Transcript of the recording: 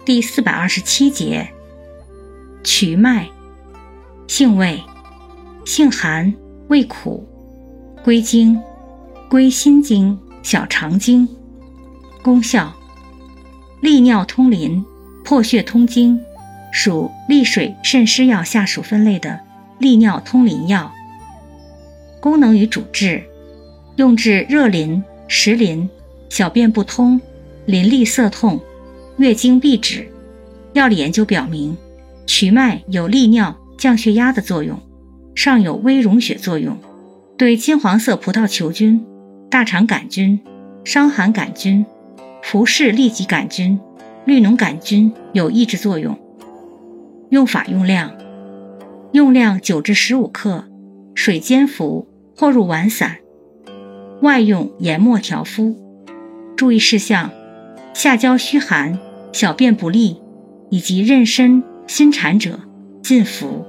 第427节。瞿麦，性味，性寒，味苦，归经，归心经、小肠经。功效，利尿通淋，破血通经，属利水渗湿药下属分类的利尿通淋药。功能与主治，用治热淋、实淋、小便不通、淋漓涩痛、月经闭止。药理研究表明，瞿麦有利尿、降血压的作用，尚有微溶血作用，对金黄色葡萄球菌、大肠杆菌、伤寒杆菌、服氏痢疾杆菌、绿脓杆菌有抑制作用。用法用量，用量9至15克，水煎服或入丸散，外用研末调敷。注意事项，下焦虚寒、小便不利以及妊娠、心产者禁服。